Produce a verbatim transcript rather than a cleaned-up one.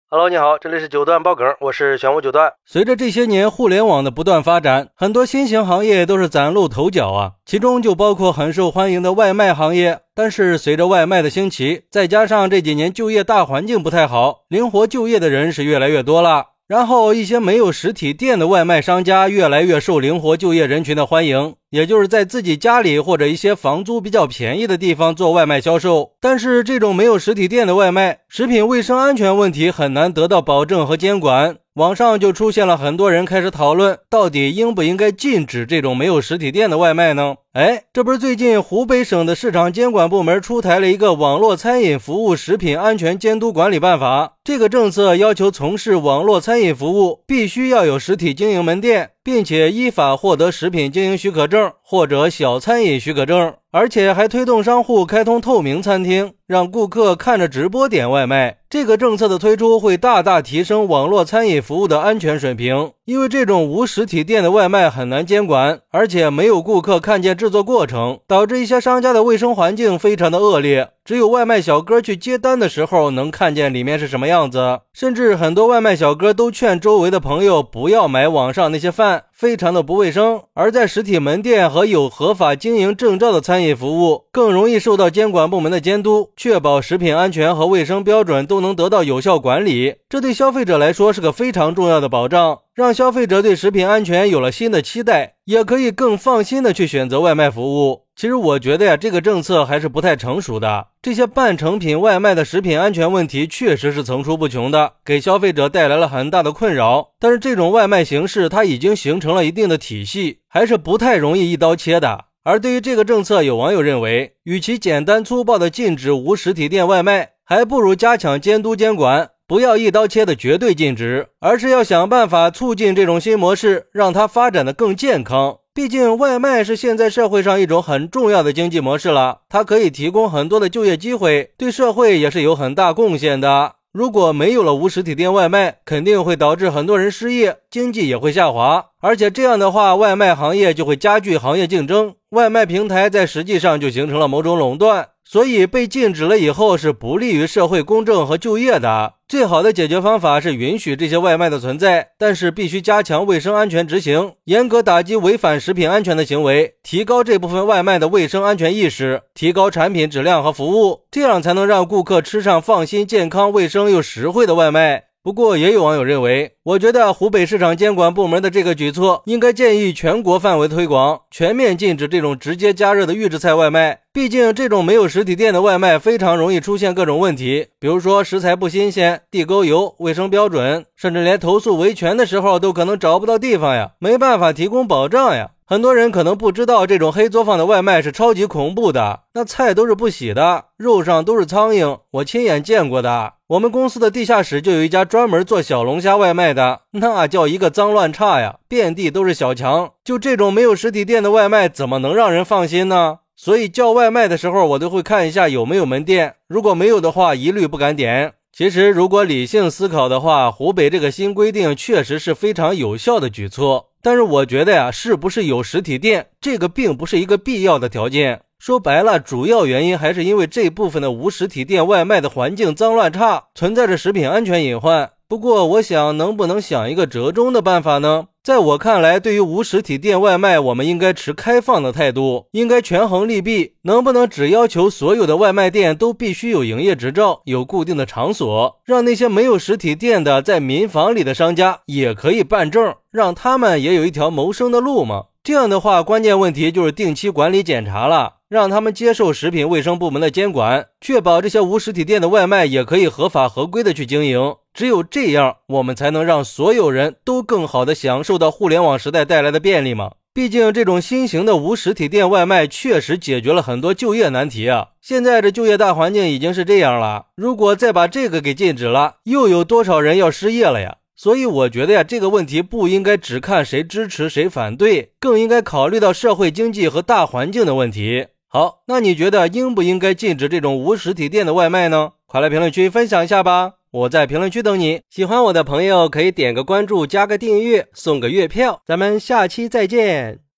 Hello， 你好，这里是九段爆梗，我是玄武九段。随着这些年互联网的不断发展，很多新型行业都是崭露头角啊，其中就包括很受欢迎的外卖行业。但是随着外卖的兴起，再加上这几年就业大环境不太好，灵活就业的人是越来越多了。然后一些没有实体店的外卖商家越来越受灵活就业人群的欢迎，也就是在自己家里或者一些房租比较便宜的地方做外卖销售。但是这种没有实体店的外卖，食品卫生安全问题很难得到保证和监管。网上就出现了很多人开始讨论，到底应不应该禁止这种没有实体店的外卖呢？哎，这不是最近湖北省的市场监管部门出台了一个网络餐饮服务食品安全监督管理办法。这个政策要求从事网络餐饮服务必须要有实体经营门店，并且依法获得食品经营许可证或者小餐饮许可证，而且还推动商户开通透明餐厅，让顾客看着直播点外卖。这个政策的推出会大大提升网络餐饮服务的安全水平，因为这种无实体店的外卖很难监管，而且没有顾客看见制作过程，导致一些商家的卫生环境非常的恶劣，只有外卖小哥去接单的时候能看见里面是什么样子，甚至很多外卖小哥都劝周围的朋友不要买网上那些饭，非常的不卫生。而在实体门店和有合法经营证照的餐饮服务更容易受到监管部门的监督，确保食品安全和卫生标准都能得到有效管理，这对消费者来说是个非常重要的保障，让消费者对食品安全有了新的期待，也可以更放心的去选择外卖服务。其实我觉得呀，这个政策还是不太成熟的，这些半成品外卖的食品安全问题确实是层出不穷的，给消费者带来了很大的困扰。但是这种外卖形式它已经形成了一定的体系，还是不太容易一刀切的。而对于这个政策，有网友认为，与其简单粗暴的禁止无实体店外卖，还不如加强监督监管，不要一刀切的绝对禁止，而是要想办法促进这种新模式，让它发展的更健康。毕竟外卖是现在社会上一种很重要的经济模式了，它可以提供很多的就业机会，对社会也是有很大贡献的。如果没有了无实体店外卖，肯定会导致很多人失业，经济也会下滑，而且这样的话，外卖行业就会加剧行业竞争，外卖平台在实际上就形成了某种垄断，所以被禁止了以后是不利于社会公正和就业的。最好的解决方法是允许这些外卖的存在，但是必须加强卫生安全执行，严格打击违反食品安全的行为，提高这部分外卖的卫生安全意识，提高产品质量和服务，这样才能让顾客吃上放心、健康、卫生又实惠的外卖。不过也有网友认为，我觉得湖北市场监管部门的这个举措应该建议全国范围推广，全面禁止这种直接加热的预制菜外卖。毕竟这种没有实体店的外卖非常容易出现各种问题，比如说食材不新鲜、地沟油、卫生标准，甚至连投诉维权的时候都可能找不到地方呀，没办法提供保障呀。很多人可能不知道，这种黑作坊的外卖是超级恐怖的，那菜都是不洗的，肉上都是苍蝇，我亲眼见过的。我们公司的地下室就有一家专门做小龙虾外卖的，那叫一个脏乱差呀，遍地都是小强。就这种没有实体店的外卖，怎么能让人放心呢？所以叫外卖的时候，我都会看一下有没有门店，如果没有的话，一律不敢点。其实如果理性思考的话，湖北这个新规定确实是非常有效的举措，但是我觉得呀，是不是有实体店，这个并不是一个必要的条件。说白了，主要原因还是因为这部分的无实体店外卖的环境脏乱差，存在着食品安全隐患。不过我想，能不能想一个折中的办法呢？在我看来，对于无实体店外卖，我们应该持开放的态度，应该权衡利弊。能不能只要求所有的外卖店都必须有营业执照，有固定的场所，让那些没有实体店的在民房里的商家也可以办证，让他们也有一条谋生的路嘛？这样的话，关键问题就是定期管理检查了，让他们接受食品卫生部门的监管，确保这些无实体店的外卖也可以合法合规的去经营。只有这样，我们才能让所有人都更好的享受到互联网时代带来的便利嘛。毕竟这种新型的无实体店外卖确实解决了很多就业难题啊。现在这就业大环境已经是这样了，如果再把这个给禁止了，又有多少人要失业了呀？所以我觉得呀，这个问题不应该只看谁支持谁反对，更应该考虑到社会经济和大环境的问题。好，那你觉得应不应该禁止这种无实体店的外卖呢？快来评论区分享一下吧，我在评论区等你。喜欢我的朋友可以点个关注，加个订阅，送个月票，咱们下期再见。